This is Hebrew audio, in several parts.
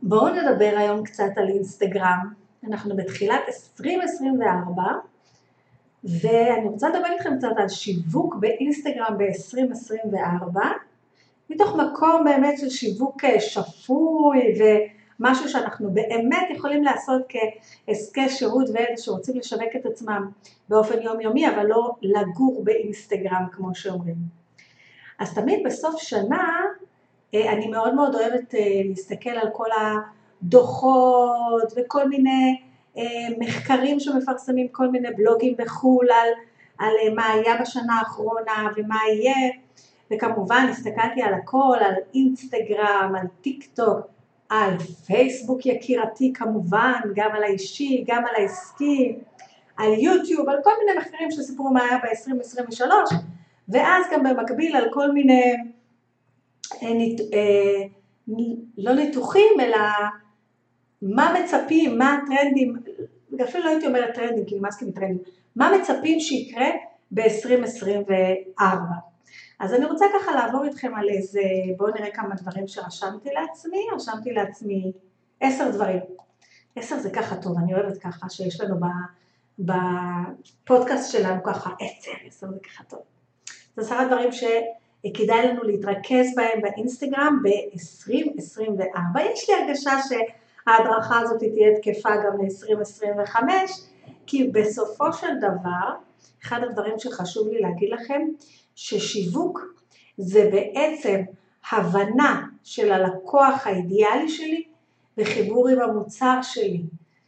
בואו נדבר היום קצת על אינסטגרם. אנחנו בתחילת 2024, ואני רוצה לדבר איתכם קצת על שיווק באינסטגרם ב-2024, מתוך מקום באמת של שיווק שפוי ומשהו שאנחנו באמת יכולים לעשות כעסקי שירות ואלה שרוצים לשווק את עצמם באופן יומיומי, אבל לא לגור באינסטגרם כמו שאומרים. אז תמיד בסוף שנה אני מאוד מאוד אוהבת להסתכל על כל הדוחות וכל מיני מחקרים שמפרסמים, כל מיני בלוגים בחול על מה היה בשנה האחרונה ומה יהיה, וכמובן הסתכלתי על הכל, על אינסטגרם, על טיק טוק, על פייסבוק יקירתי כמובן, גם על האישי, גם על העסקי, על יוטיוב, על כל מיני מחקרים שסיפרו מה היה ב-2023, ואז גם במקביל על כל מיני לא ניתוחים, אלא מה מצפים, מה הטרנדים, אפילו לא הייתי אומרת טרנדים, כי נמאס לי מטרנדים, מה מצפים שיקרה ב-2024. אז אני רוצה ככה לעבור איתכם על איזה, בואו נראה כמה דברים שרשמתי לעצמי 10 דברים. 10 זה ככה טוב, אני אוהבת ככה שיש לנו בפודקאסט שלנו ככה 10 זה ככה טוב. זה 10 דברים כדאי לנו להתרכז בהם באינסטגרם ב-2024. יש לי הרגשה שההדרכה הזאת תהיה תקפה גם ל-2025, כי בסופו של דבר, אחד הדברים שחשוב לי להגיד לכם, ששיווק זה בעצם הבנה של הלקוח האידיאלי שלי, וחיבור עם המוצר שלי.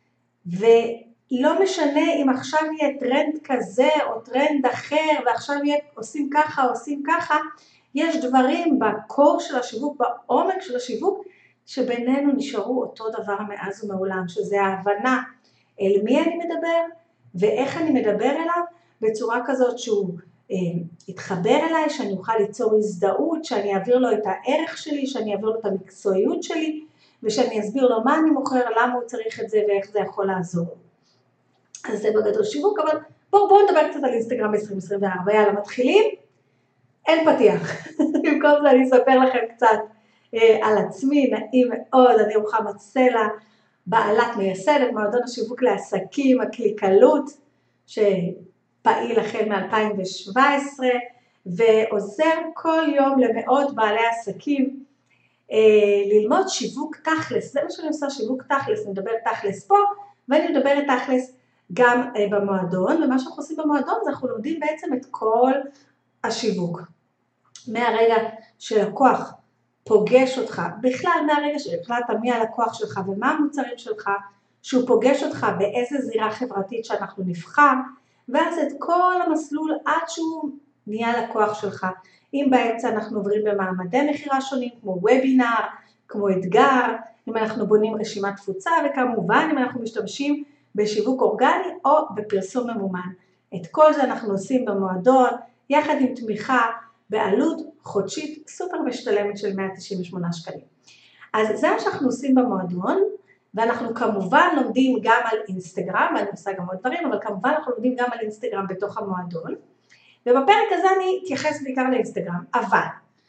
ולא משנה אם עכשיו יהיה טרנד כזה או טרנד אחר, ועכשיו עושים ככה או עושים ככה, יש דברים בקור של השיווק, בעומק של השיווק, שבינינו נשארו אותו דבר מאז ומעולם, שזה ההבנה אל מי אני מדבר, ואיך אני מדבר אליו, בצורה כזאת שהוא יתחבר אליי, שאני אוכל ליצור הזדהות, שאני אעביר לו את הערך שלי, שאני אעביר לו את המקצועיות שלי, ושאני אסביר לו מה אני מוכר, למה הוא צריך את זה ואיך זה יכול לעזור. אז זה בגדול שיווק, אבל בואו נדבר קצת על אינסטגרם ב-2024, יאללה, מתחילים? אין פתיח. במקום זה אני אספר לכם קצת על עצמי, נעים מאוד, אני רוחמה סלע, בעלת מייסדת, מועדון השיווק לעסקים, הקליקלות, שפעיל החל מ-2017, ועוזר כל יום למאות בעלי עסקים, ללמוד שיווק תכלס, זה מה שאני עושה, שיווק תכלס, אני מדבר תכלס פה, ואני מדברת תכלס גם במועדון, ומה שאנחנו עושים במועדון זה אנחנו לומדים בעצם את כל השיווק. מהרגע שלקוח פוגש אותך, בכלל מהרגע שהחלטת מי הלקוח שלך ומה המוצרים שלך, שהוא פוגש אותך באיזה זירה חברתית שאנחנו נבחר, ואז את כל המסלול עד שהוא נהיה לקוח שלך. אם באמצע אנחנו עוברים במעמדי מחירה שונים, כמו וובינר, כמו אתגר, אם אנחנו בונים רשימת תפוצה, וכמובן אם אנחנו משתמשים בשיווק אורגני או בפרסום ממומן. את כל זה אנחנו עושים במועדון, יחד עם תמיכה בעלות חודשית סופר משתלמת של 198 שקלים. אז זה מה שאנחנו עושים במועדון, ואנחנו כמובן לומדים גם על אינסטגרם, ואני עושה גם עוד דברים, אבל כמובן אנחנו לומדים גם על אינסטגרם בתוך המועדון, ובפרק הזה אני אתייחס בעיקר לאינסטגרם, אבל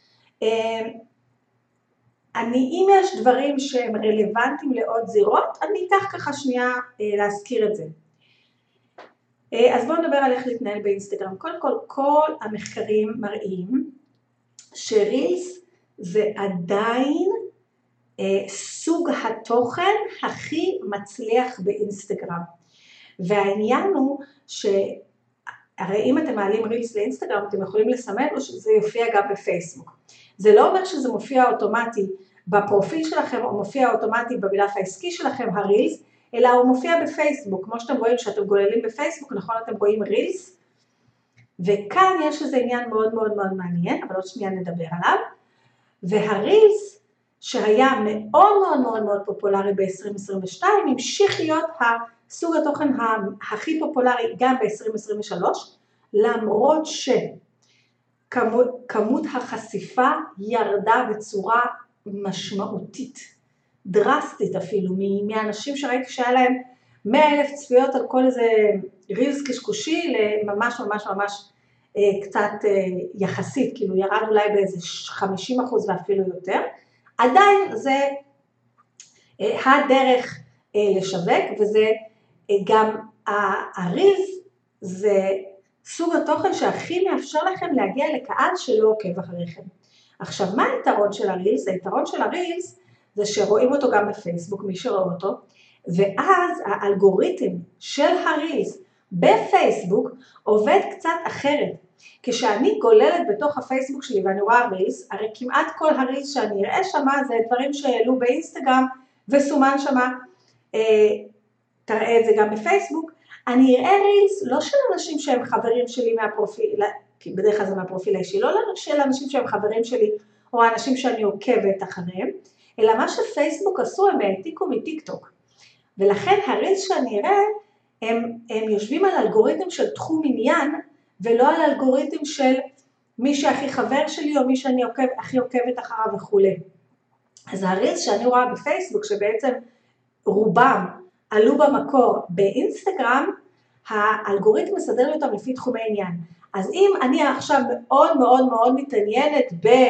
אם יש דברים שהם רלוונטיים לעוד זירות, אני אקח ככה שנייה להזכיר את זה. אז בואו נדבר על איך להתנהל באינסטגרם. קודם כל, כל המחקרים מראים שרילס זה עדיין סוג התוכן הכי מצליח באינסטגרם. והעניין הוא הרי אם אתם מעלים רילס לאינסטגרם, אתם יכולים לסמן או שזה יופיע גם בפייסבוק. זה לא אומר שזה מופיע אוטומטי בפרופיל שלכם, או מופיע אוטומטי בדף העסקי שלכם, הרילס, אלא הוא מופיע בפייסבוק. כמו שאתם רואים שאתם גוללים בפייסבוק, נכון אתם רואים רילס, וכאן יש איזה עניין מאוד מאוד מאוד מעניין, אבל עוד שנייה נדבר עליו, והרילס שהיה מאוד מאוד מאוד מאוד פופולרי ב-2022, המשיך להיות סוג התוכן הכי פופולרי גם ב-2023, למרות שכמות החשיפה ירדה בצורה משמעותית, דרסטית אפילו, מאנשים שראיתי שהיה להם 100,000 צפיות על כל איזה רילס קשקושי, לממש ממש ממש קצת יחסית, כאילו ירד אולי באיזה 50% ואפילו יותר, עדיין זה הדרך לשווק, וזה גם הרילס, זה סוג התוכן שהכי מאפשר לכם להגיע לקהל שלא עוקב אחריכם. עכשיו, מה היתרון של הרילס? היתרון של הרילס זה שרואים אותו גם בפייסבוק, מי שרואה אותו, ואז האלגוריתם של הרילס בפייסבוק עובד קצת אחרת. כשאני גוללת בתוך הפייסבוק שלי ואני רואה רילס, הרי כמעט כל הרילס שאני אראה שמה זה דברים שהעלו באינסטגרם וסומן שמה, תראה את זה גם בפייסבוק, אני אראה רילס לא של אנשים שהם חברים שלי מהפרופיל, כי בדרך כלל זה מהפרופיל האישי, לא של אנשים שהם חברים שלי או האנשים שאני עוקבת אחריהם, אלא מה שפייסבוק עשו הם העתיקו מטיק טוק. ולכן הרילס שאני אראה, הם יושבים על אלגוריתם של תחום עניין, ולא על אלגוריתם של מי שהכי חבר שלי או מי שאני הכי עוקבת אחריו וכו'. אז הרילס שאני רואה בפייסבוק, שבעצם רובם עלו במקור באינסטגרם, האלגוריתם מסדר לי אותם לפי תחומי עניין. אז אם אני עכשיו מאוד מאוד מאוד מתעניינת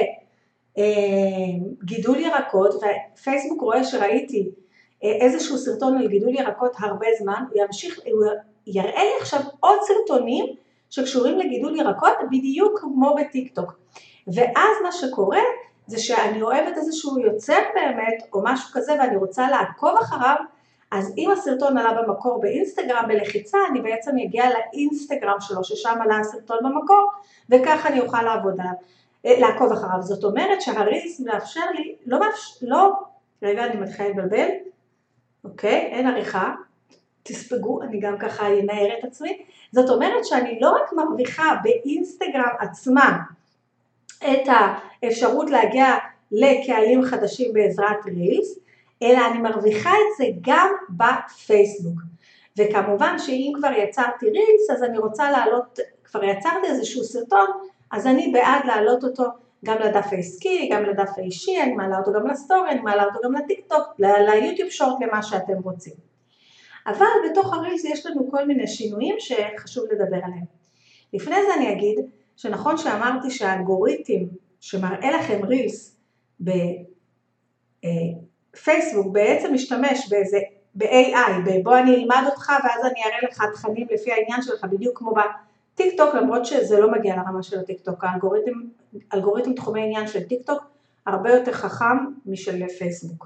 בגידול ירקות, ופייסבוק רואה שראיתי איזשהו סרטון על גידול ירקות הרבה זמן, הוא יראה לי עכשיו עוד סרטונים שקשורים לגידול ירקות בדיוק כמו בטיק טוק. ואז מה שקורה זה שאני אוהבת איזשהו יוצר באמת או משהו כזה ואני רוצה לעקוב אחריו, אז אם הסרטון עלה במקור באינסטגרם בלחיצה, אני בעצם אגיע לאינסטגרם שלו ששם עלה הסרטון במקור, וככה אני אוכל לעקוב אחריו. זאת אומרת שהרילס מאפשר לי, רגע אני מתחילה לבלבל, אוקיי, אין עריכה, תספגו, אני גם ככה אנער את עצמי, זאת אומרת שאני לא רק מרוויחה באינסטגרם עצמה את האפשרות להגיע לקהלים חדשים בעזרת רילס, אלא אני מרוויחה את זה גם בפייסבוק. וכמובן שאם כבר יצרתי רילס, אז אני רוצה להעלות, כבר יצרתי איזשהו סרטון, אז אני בעד להעלות אותו גם לדף העסקי, גם לדף האישי, אני מעלה אותו גם לסטורי, אני מעלה אותו גם לטיק טוק, ליוטיוב שורט, למה שאתם רוצים. אבל בתוך הרילס יש לנו כל מיני שינויים שחשוב לדבר עליהם. לפני זה אני אגיד שנכון שאמרתי שהאלגוריתם שמראה לכם רילס בפייסבוק בעצם משתמש ב-AI, בוא אני אלמד אותך ואז אני אראה לך תכנים לפי העניין שלך בדיוק כמו בטיק טוק, למרות שזה לא מגיע לרמה של הטיק טוק, האלגוריתם תחומי עניין של טיק טוק הרבה יותר חכם משל פייסבוק.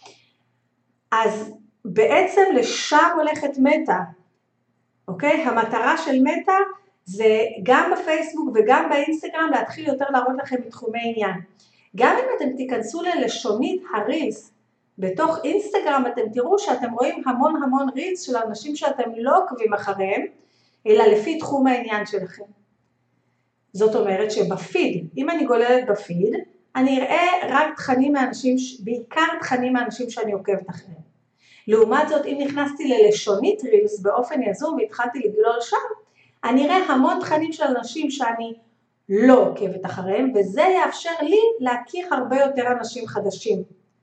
אז בעצם לשם הולכת מטא, אוקיי? המטרה של מטא זה גם בפייסבוק וגם באינסטגרם להתחיל יותר להראות לכם מתחומי עניין. גם אם אתם תיכנסו ללשונית הרילס בתוך אינסטגרם, אתם תראו שאתם רואים המון המון רילס של אנשים שאתם לא עוקבים אחריהם, אלא לפי תחום העניין שלכם. זאת אומרת שבפיד, אם אני גוללת בפיד, אני אראה רק תכנים מאנשים, בעיקר תכנים מאנשים שאני עוקבת אחריהם. לעומת זאת, אם נכנסתי ללשונית רילס באופן יזום והתחלתי לגלול שם, אני אראה המון תכנים של אנשים שאני לא עוקבת אחריהם, וזה יאפשר לי להכיר הרבה יותר אנשים חדשים.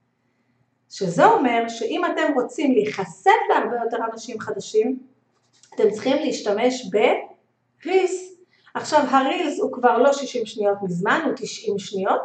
שזה אומר שאם אתם רוצים להיחשף להרבה יותר אנשים חדשים, אתם צריכים להשתמש ברילס. עכשיו הרילס הוא כבר לא 60 שניות מזמן, הוא 90 שניות,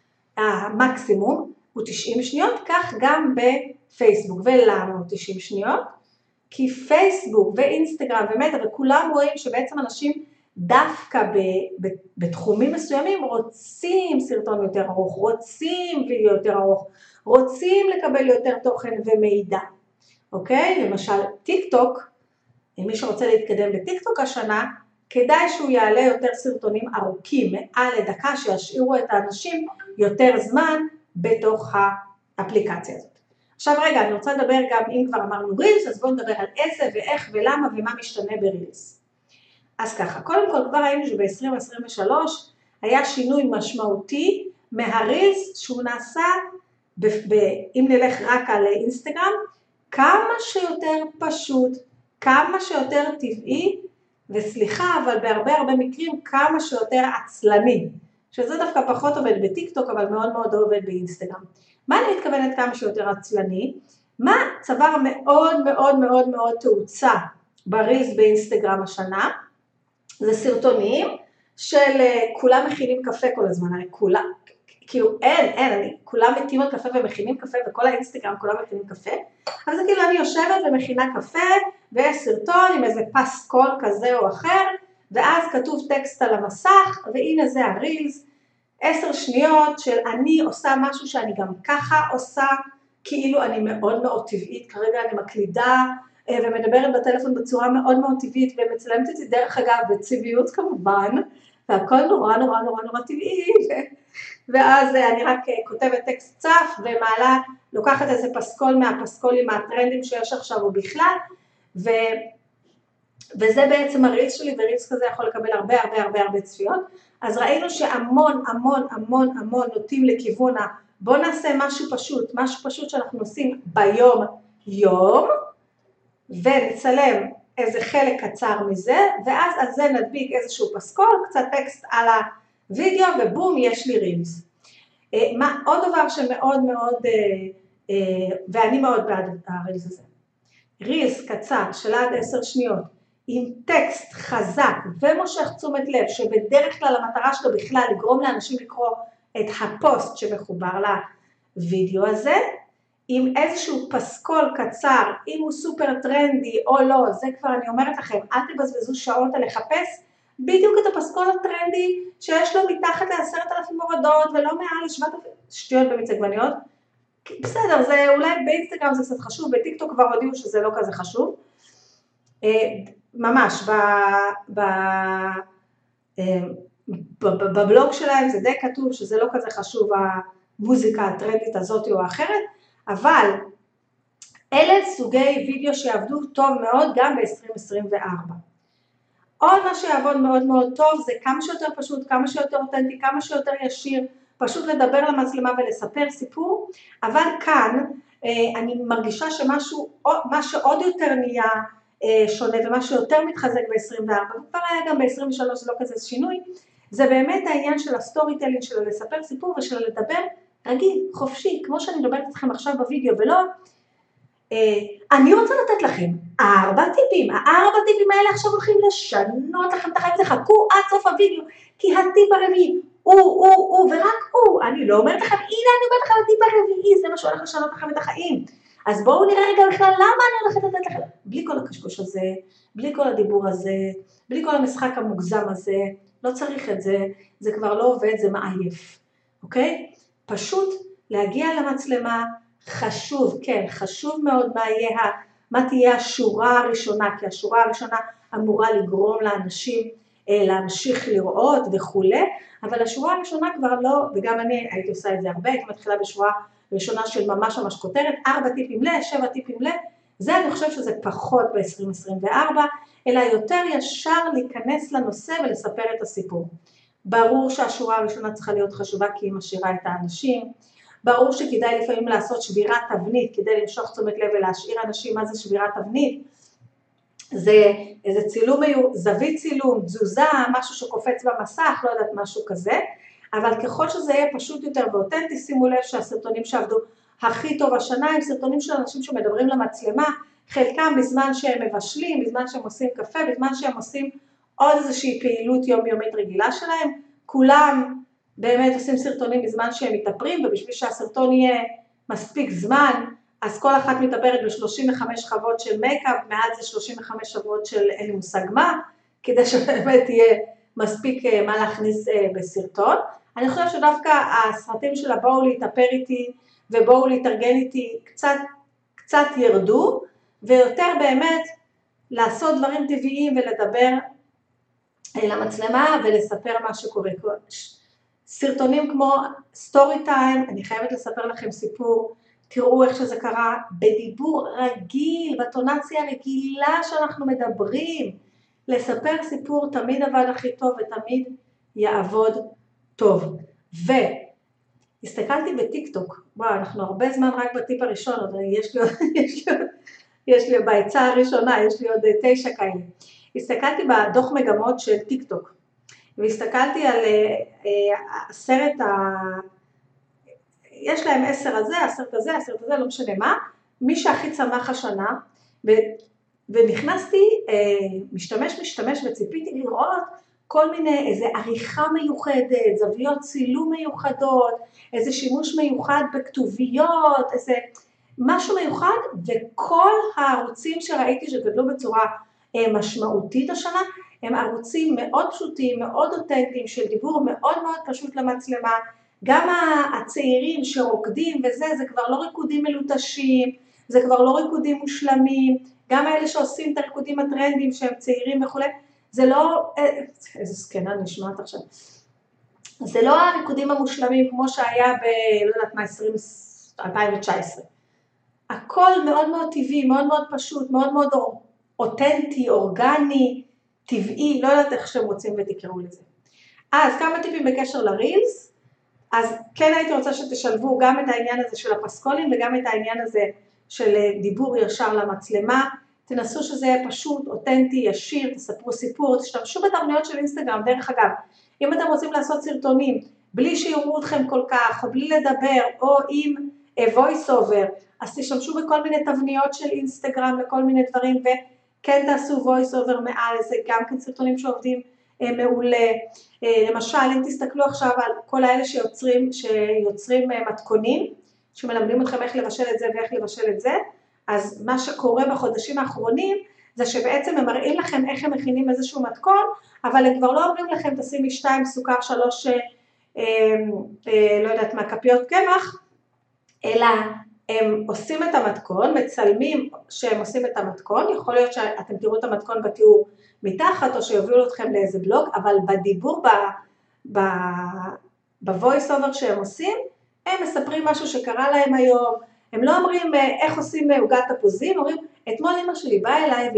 המקסימום הוא 90 שניות, כך גם בפייסבוק. ולמה הוא 90 שניות? כי פייסבוק ואינסטגרם ומטא וכולם רואים שבעצם אנשים דווקא בתחומים מסוימים רוצים סרטון יותר ארוך, רוצים וידאו יותר ארוך, רוצים לקבל יותר תוכן ומידע. אוקיי? למשל טיק טוק, אם מי שרוצה להתקדם בטיק טוק השנה, כדאי שהוא יעלה יותר סרטונים ארוכים, מעל לדקה, שישאירו את האנשים יותר זמן בתוך האפליקציה הזאת. עכשיו רגע, אני רוצה לדבר גם, אם כבר אמרנו רילס, אז בואו נדבר על איזה ואיך ולמה ומה משתנה ברילס. אז ככה, קודם כל כבר ראינו שב-2023 היה שינוי משמעותי מהרילס שהוא נעשה, אם נלך רק על אינסטגרם, כמה שיותר פשוט, כמה שיותר טבעי, וסליחה, אבל בהרבה מקרים כמה שיותר עצלני, שזה דווקא פחות עובד בטיק טוק, אבל מאוד מאוד עובד באינסטגרם. מה אני מתכוונת כמה שיותר עצלני? מה צבר מאוד מאוד מאוד מאוד תאוצה ברילס באינסטגרם השנה? זה סרטונים של כולם מכינים קפה כל הזמן, הרי כולם, כאילו אין, כולם מתים על קפה ומכינים קפה, וכל האינסטגרם כולם מכינים קפה, אז זה כאילו אני יושבת ומכינה קפה, ויש סרטון עם איזה פסקול כזה או אחר, ואז כתוב טקסט על המסך, והנה זה הרילס, 10 שניות של אני עושה משהו שאני גם ככה עושה, כאילו אני מאוד מאוד טבעית, כרגע אני מקלידה ומדברת בטלפון בצורה מאוד מאוד טבעית, ומצלמת את זה דרך אגב בצבעיות כמובן, והכל נורא נורא נורא נורא טבעי, ואז אני רק כותבת טקסט צף ומעלה, לוקחת איזה פסקול מהפסקולים, מהטרנדים שיש עכשיו או בכלל, וזה בעצם הרילס שלי, ורילס כזה יכול לקבל הרבה הרבה הרבה הרבה צפיות. אז ראינו שהמון המון המון המון נוטים לכיוון בוא נעשה משהו פשוט שאנחנו עושים ביום יום, ונצלם איזה חלק קצר מזה, ואז על זה נדביק איזשהו פסקול, קצת טקסט על הוידאו, ובום, יש לי רילס. עוד דבר שמאוד מאוד, ואני מאוד בעד הרילס הזה, רילס קצר של עד 10 שניות, עם טקסט חזק ומושך תשומת לב, שבדרך כלל המטרה שלו בכלל לגרום לאנשים לקרוא את הפוסט שמחובר לוידאו הזה, עם איזשהו פסקול קצר, אם הוא סופר טרנדי או לא, זה כבר אני אומרת לכם, אל תבזבזו שעות על לחפש בדיוק את הפסקול הטרנדי שיש לו מתחת ל10,000 הורדות ולא מעל 7,000 שטויות במצגמניות. בסדר, זה אולי באינסטגרם זה קצת חשוב, בטיקטוק כבר הודיעו שזה לא כזה חשוב. ממש, בבלוג שלהם זה די כתוב שזה לא כזה חשוב המוזיקה הטרנדית הזאת או האחרת, אבל אלה סוגי וידאו שיעבדו טוב מאוד גם ב-2024. עוד מה שיעבוד מאוד מאוד טוב זה כמה שיותר פשוט, כמה שיותר אותנטי, כמה שיותר ישיר, פשוט לדבר למצלמה ולספר סיפור, אבל כאן אני מרגישה מה שעוד יותר נהיה שונה ומה שיותר מתחזק ב-24, וכבר היה גם ב-23 זה לא כזה שינוי, זה באמת העניין של הסטורי טלינג, של לספר סיפור ושל לדבר רגיל, חופשי, כמו שאני מדברת אתכם עכשיו בווידאו, ולא, אני רוצה לתת לכם 4 טיפים, 4 טיפים האלה עכשיו הולכים לשנות לכם את החיים, זה חכו עד סוף הווידאו, כי הטיפ הרביעי, ורק אני לא אומרת לכם, הנה אני אומרת לכם הטיפ הרביעי, זה מה שהולך לשנות לכם את החיים, אז בואו נראה רגע בכלל למה אני הולכת לתת לכם, בלי כל הקשקוש הזה, בלי כל הדיבור הזה, בלי כל המשחק המוגזם הזה, לא צריך את זה, זה כבר לא עובד, זה מעייף, אוקיי? פשוט להגיע למצלמה, חשוב, כן, חשוב מאוד מה תהיה השורה הראשונה, כי השורה הראשונה אמורה לגרום לאנשים להמשיך לראות וכו', אבל השורה הראשונה כבר לא, וגם אני הייתי עושה את זה הרבה, הייתי מתחילה בשורה ראשונה של ממש כותרת, 4 טיפים 7 טיפים זה אני חושב שזה פחות ב-2024, אלא יותר ישר להיכנס לנושא ולספר את הסיפור. ברור שהשורה הראשונה צריכה להיות חשובה כי היא משאירה את האנשים, ברור שכדאי לפעמים לעשות שבירת תבנית כדי למשוך תשומת לב ולהשאיר אנשים. מה זה שבירת תבנית? זה איזה צילום, זווית צילום, תזוזה, משהו שקופץ במסך, לא יודעת משהו כזה, אבל ככל שזה יהיה פשוט יותר ואותנטי, שימו לב שהסרטונים שעבדו הכי טוב השנה הם סרטונים של אנשים שמדברים למצלמה, חלקם בזמן שהם מבשלים, בזמן שהם עושים קפה, בזמן שהם עושים עוד איזושהי פעילות יומיומית רגילה שלהם, כולם באמת עושים סרטונים בזמן שהם מתאפרים, ובשביל שהסרטון יהיה מספיק זמן, אז כל אחת מתאפרת ב-35 שכבות של מייקאפ, מעל זה 35 שכבות של אין לי מושג מה, כדי שבאמת יהיה מספיק מה להכניס בסרטון. אני חושבת שדווקא הסרטים של בואו להתאפר איתי, ובואו להתארגן איתי, קצת ירדו, ויותר באמת לעשות דברים טבעיים ולדבר למצלמה ולספר מה שקורה. סרטונים כמו סטורי טיים, אני חייבת לספר לכם סיפור, תראו איך שזה קרה, בדיבור רגיל, בטונציה רגילה שאנחנו מדברים, לספר סיפור תמיד עבד הכי טוב ותמיד יעבוד טוב. והסתכלתי בטיקטוק, וואו, אנחנו הרבה זמן רק בטיפ הראשון, יש לי בעצה הראשונה, יש לי עוד 9 כאלה. הסתכלתי בדוח מגמות של טיקטוק, והסתכלתי על 10, יש להם 10 הזה, 10 הזה, 10 הזה, לא משנה מה, מי שהכי צמח השנה, ונכנסתי, משתמש, וציפיתי לראות כל מיני, איזה עריכה מיוחדת, זוויות צילום מיוחדות, איזה שימוש מיוחד בכתוביות, איזה משהו מיוחד, וכל הערוצים שראיתי שגדלו בצורה משמעותית השנה, הם ערוצים מאוד פשוטים, מאוד אותנטיים, של דיבור מאוד מאוד פשוט למצלמה, גם הצעירים שרוקדים וזה, זה כבר לא ריקודים מלוטשים, זה כבר לא ריקודים מושלמים, גם האלה שעושים את הריקודים הטרנדיים שהם צעירים וכו', זה לא, איזה סקנה נשמעת עכשיו, זה לא הריקודים המושלמים כמו שהיה לא יודעת מה, 2019. הכל מאוד מאוד טבעי, מאוד מאוד פשוט, מאוד מאוד אותנטי, אורגני, טבעי, לא יודעת איך שאתם רוצים ותקראו לזה. אז כמה טיפים בקשר לרילס, אז כן הייתי רוצה שתשלבו גם את העניין הזה של הפסקולים וגם את העניין הזה של דיבור ישר למצלמה, תנסו שזה יהיה פשוט, אותנטי, ישיר, תספרו סיפור, תשתמשו בתבניות של אינסטגרם, דרך אגב, אם אתם רוצים לעשות סרטונים בלי שיראו אתכם כל כך, או בלי לדבר, או עם voice over, אז תשתמשו בכל מיני תבניות של אינסטגרם לכל מיני דברים, וכן תעשו voice over מעל, זה גם כן סרטונים שעובדים מעולה. למשל, אם תסתכלו עכשיו על כל האלה שיוצרים מתכונים, שמלמדים אתכם איך לבשל את זה ואיך לבשל את זה, אז מה שקורה בחודשים האחרונים, זה שבעצם הם מראים לכם איך הם מכינים איזשהו מתכון, אבל הם כבר לא אומרים לכם תשימי 2 סוכר 3, לא יודעת מה, כפיות קמח, אלא הם עושים את המתכון, מצלמים שהם עושים את המתכון, יכול להיות שאתם תראו את המתכון בתיאור מתחת, או שיובילו אתכם לאיזה בלוג, אבל בדיבור, בvoice over שהם עושים, הם מספרים משהו שקרה להם היום, הם לא אומרים איך עושים עוגת תפוזים, אומרים, אתמול אמא שלי באה אליי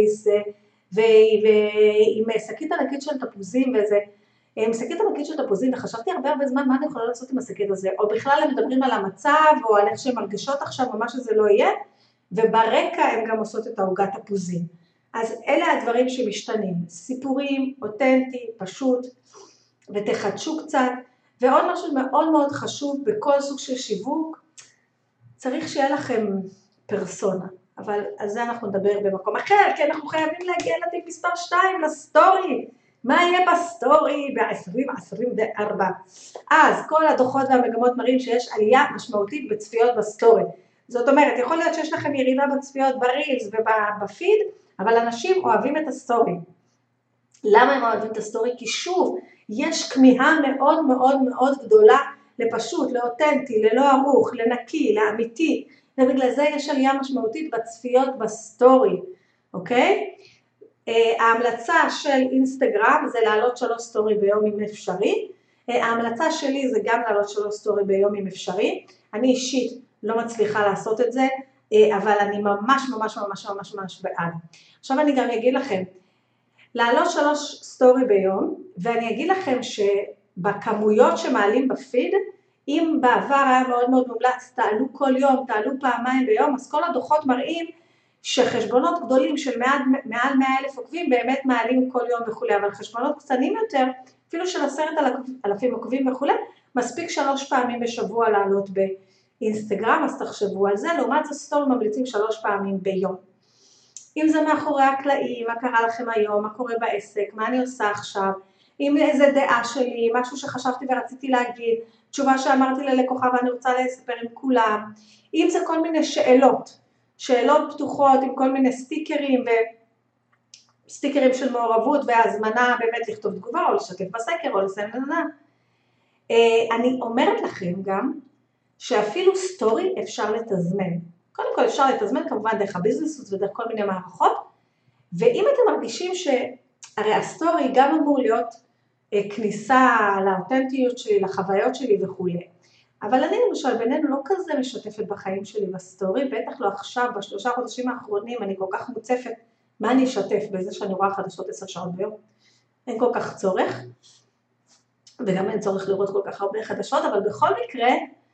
ועם שקית ענקית של תפוזים וזה, שקית ענקית של תפוזים, וחשבתי הרבה זמן מה אני יכולה לעשות עם השקית הזה, או בכלל הם מדברים על המצב, או על איך שהן מרגישות עכשיו, או מה שזה לא יהיה, וברקע הם גם עושות את העוגת תפוזים. אז אלה הדברים שמשתנים, סיפורים, אותנטי, פשוט, ותחדשו קצת, ועוד משהו מאוד מאוד חשוב בכל סוג של שיווק, צריך שיהיה לכם פרסונה, אבל על זה אנחנו נדבר במקום אחר, כי אנחנו חייבים להגיע לטיפ מספר 2, לסטורי. מה יהיה בסטורי ב-2024? אז כל הדוחות והמגמות מראים שיש עלייה משמעותית בצפיות בסטורי. זאת אומרת, יכול להיות שיש לכם ירידה בצפיות ברילס ובפיד, אבל אנשים אוהבים את הסטורי. למה הם אוהבים את הסטורי? כי שוב, יש כמיהה מאוד מאוד מאוד גדולה לפשוט, לאותנטי, ללא ערוך, לנקי, לאמיתי, ובגלל זה יש עלייה משמעותית בצפיות בסטורי, אוקיי? ההמלצה של אינסטגרם זה לעלות 3 סטורי ביום אם אפשרי, ההמלצה שלי זה גם לעלות 3 סטורי ביום אם אפשרי, אני אישית לא מצליחה לעשות את זה, אבל אני ממש ממש ממש ממש ממש בעד. עכשיו אני גם אגיד לכם, לעלות 3 סטורי ביום, ואני אגיד לכם שבכמויות שמעלים בפיד, אם בעבר היה מאוד מאוד מומלץ, תעלו כל יום, תעלו פעמיים ביום, אז כל הדוחות מראים שחשבונות גדולים של מעל 100,000 עוקבים באמת מעלים כל יום וכו', אבל חשבונות קטנים יותר, אפילו של 10,000 עוקבים וכו', מספיק 3 פעמים בשבוע לעלות באינסטגרם, אז תחשבו על זה, לעומת זה סטורי ממליצים 3 פעמים ביום. אם זה מאחורי הקלעים, מה קרה לכם היום, מה קורה בעסק, מה אני עושה עכשיו, אם איזה דעה שלי, משהו שחשבתי ורציתי להגיד, תשובה שאמרתי ללקוחה ואני רוצה לספר עם כולם, אם זה כל מיני שאלות פתוחות עם כל מיני סטיקרים של מעורבות והזמנה באמת לכתוב תגובה או לשתף בסקר או לסננה. אני אומרת לכם גם שאפילו סטורי אפשר לתזמן. קודם כל אפשר לתזמן כמובן דרך הביזנסות ודרך כל מיני מערכות, ואם אתם מרגישים שהרי הסטורי גם אמור להיות כניסה לאותנטיות שלי, לחוויות שלי וכו'. אבל אני למשל בינינו לא כזה משתפת בחיים שלי בסטורי, בטח לא עכשיו, ב3 חודשים האחרונים אני כל כך מוצפת, מה אני אשתף בזה שאני רואה חדשות 10 שעות ביום? אין כל כך צורך, וגם אין צורך לראות כל כך הרבה חדשות, אבל בכל מקרה,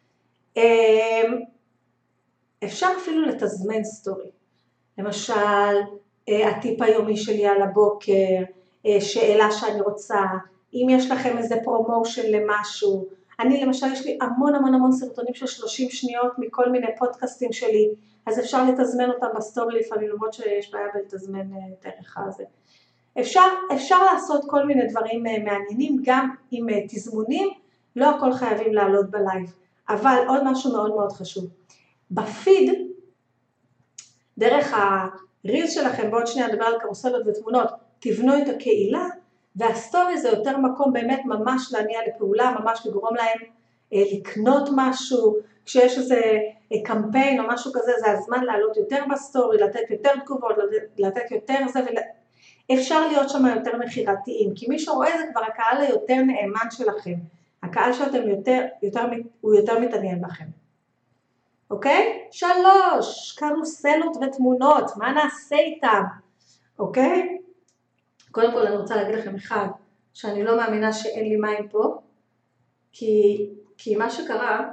אפשר אפילו לתזמן סטורי. למשל, הטיפ היומי שלי על הבוקר, שאלה שאני רוצה, אם יש לכם איזה פרומושן למשהו, אני למשל יש לי המון סרטונים של 30 שניות מכל מיני פודקאסטים שלי, אז אפשר לתזמן אותם בסטורי לפעמים, למרות שיש בעיה בלתזמן את הערך הזה. אפשר לעשות כל מיני דברים מעניינים, גם עם תזמונים, לא הכל חייבים לעלות בלייב. אבל עוד משהו מאוד מאוד חשוב. בפיד, דרך הרילס שלכם, ועוד שנייה נדבר על קרוסלות ותמונות, תבנו את הקהילה, והסטורי זה יותר מקום באמת ממש להניע לפעולה, ממש לגרום להם לקנות משהו, כשיש איזה קמפיין או משהו כזה, זה הזמן לעלות יותר בסטורי, לתת יותר תגובות, לתת יותר זה, אפשר להיות שם יותר מחירתיים, כי מי שרואה זה כבר הקהל היותר נאמן שלכם, הקהל שאתם הוא יותר מתעניין בכם. אוקיי? 3, קרוסלות ותמונות, מה נעשה איתם? אוקיי? קודם כל אני רוצה להגיד לכם אחד, שאני לא מאמינה שאין לי מים פה, כי מה שקרה,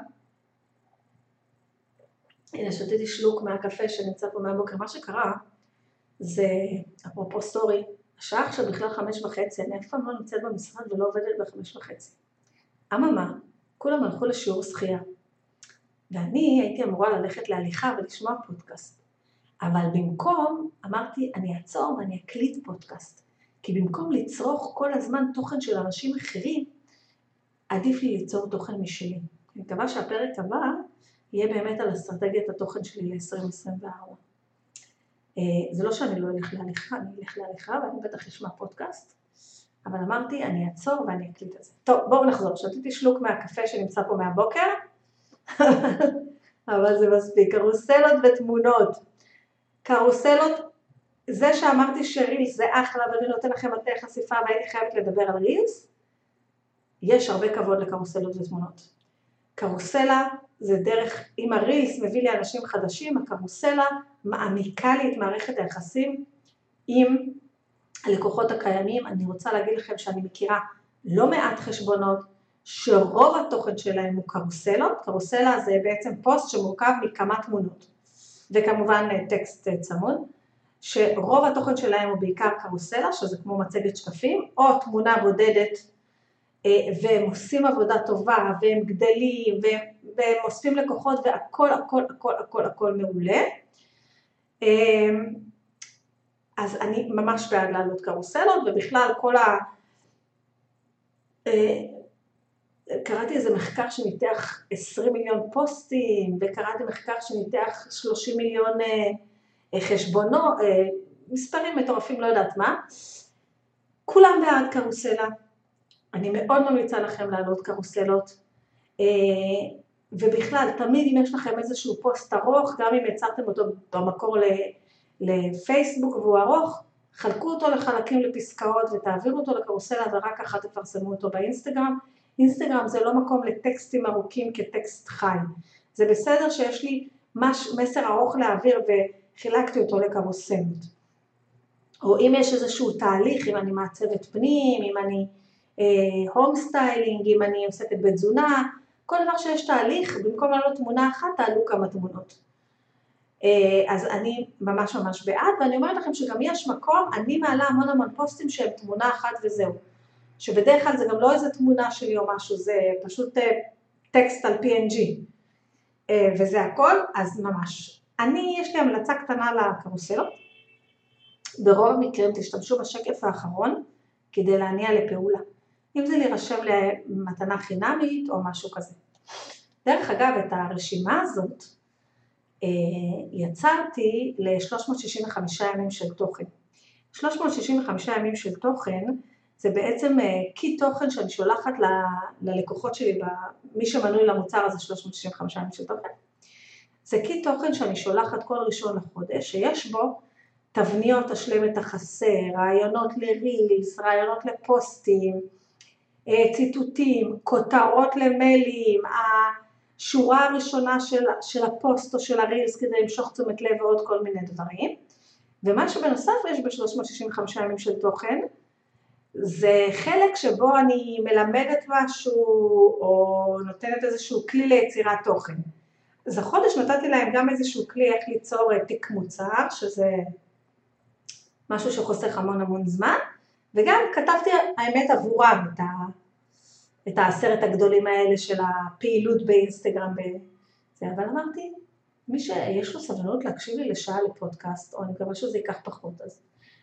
הנה שתיתי שלוק מהקפה שנמצא פה מהבוקר, מה שקרה זה, אפרופו סטורי, השעה עכשיו בכלל 5:30, אני אף פעם לא נמצאת במשרד ולא עובדת ב5:30. אממה, כולם הלכו לשיעור שחייה, ואני הייתי אמורה ללכת להליכה ולשמוע פודקאסט, אבל במקום אמרתי אני אעצור ואני אקליט פודקאסט, כי במקום לצרוך כל הזמן תוכן של אנשים אחרים, עדיף לי ליצור תוכן משלי. אני מקווה שהפרק הבא יהיה באמת על אסטרטגיית התוכן שלי ל-2024. זה לא שאני לא אלך להליכה, אני אלך להליכה ואני בטח אשמע פודקאסט, אבל אמרתי אני אעצור ואני אקליט את זה. טוב, בואו נחזור, שתיתי שלוק מהקפה שנמצא פה מהבוקר, אבל זה מספיק. קרוסלות ותמונות. קרוסלות, זה שאמרתי שרילס זה אחלה ואני נותן לכם מטה חשיפה והייתי חייבת לדבר על רילס, יש הרבה כבוד לקרוסלות ותמונות. קרוסלה זה דרך, אם הרילס מביא לי אנשים חדשים, הקרוסלה מעמיקה לי את מערכת היחסים עם הלקוחות הקיימים. אני רוצה להגיד לכם שאני מכירה לא מעט חשבונות, שרוב התוכן שלהם הוא קרוסלות. קרוסלה זה בעצם פוסט שמורכב מכמה תמונות, וכמובן טקסט צמוד, שרוב התוכן שלהם הוא בעיקר קרוסלה, שזה כמו מצגת שקפים, או תמונה בודדת, והם עושים עבודה טובה, והם גדלים, והם אוספים לקוחות, והכל, הכל, הכל, הכל, הכל מעולה. אז אני ממש בעד לעלות קרוסלות, ובכלל כל קראתי איזה מחקר שניתח 20 מיליון פוסטים, וקראתי מחקר שניתח 30 מיליון חשבונות, מספרים מטורפים, לא יודעת מה. כולם בעד קרוסלה. אני מאוד ממליצה לכם לעלות קרוסלות, ובכלל, תמיד אם יש לכם איזשהו פוסט ארוך, גם אם יצרתם אותו במקור לפייסבוק והוא ארוך, חלקו אותו לחלקים לפסקאות ותעבירו אותו לקרוסלה ורק אחת תפרסמו אותו באינסטגרם. אינסטגרם זה לא מקום לטקסטים ארוכים כטקסט חי. זה בסדר שיש לי מסר ארוך להעביר וחילקתי אותו לקרוסלות. או אם יש איזשהו תהליך, אם אני מעצבת פנים, אם אני הום סטיילינג, אם אני עוסקת בתזונה, כל דבר שיש תהליך, במקום לעלות תמונה אחת, תעלו כמה תמונות. אז אני ממש ממש בעד, ואני אומרת לכם שגם יש מקום, אני מעלה המון פוסטים שהם תמונה אחת וזהו. שבדרך כלל זה גם לא איזה תמונה שלי או משהו, זה פשוט טקסט על PNG, וזה הכל, אז ממש. יש לי המלצה קטנה לקרוסלות, ברוב המקרים תשתמשו בשקף האחרון, כדי להניע לפעולה. אם זה להירשם למתנה חינמית או משהו כזה. דרך אגב, את הרשימה הזאת יצרתי ל-365 ימים של תוכן. 365 ימים של תוכן זה בעצם קי תוכן שאני שולחת ללקוחות שלי, מי שמנוי למוצר הזה 365 ימים של תוכן. זה קי תוכן שאני שולחת כל ראשון לחודש, שיש בו תבניות השלם את החסר, רעיונות לרילס, רעיונות לפוסטים, ציטוטים, כותרות למיילים, השורה הראשונה של הפוסט או של הרילס כדי למשוך תשומת לב ועוד כל מיני דברים. ומה שבנוסף יש ב-365 ימים של תוכן, זה חלק שבו אני מלמדת משהו או נותנת איזשהו כלי ליצירת תוכן. אז החודש נתתי להם גם איזשהו כלי איך ליצור תיק מוצר, שזה משהו שחוסך המון זמן, וגם כתבתי האמת עבורם את 10 הגדולים האלה של הפעילות באינסטגרם בזה, אבל אמרתי, מי שיש לו סבלנות להקשיב לי לשעה לפודקאסט, או אני מקווה שזה ייקח פחות, אז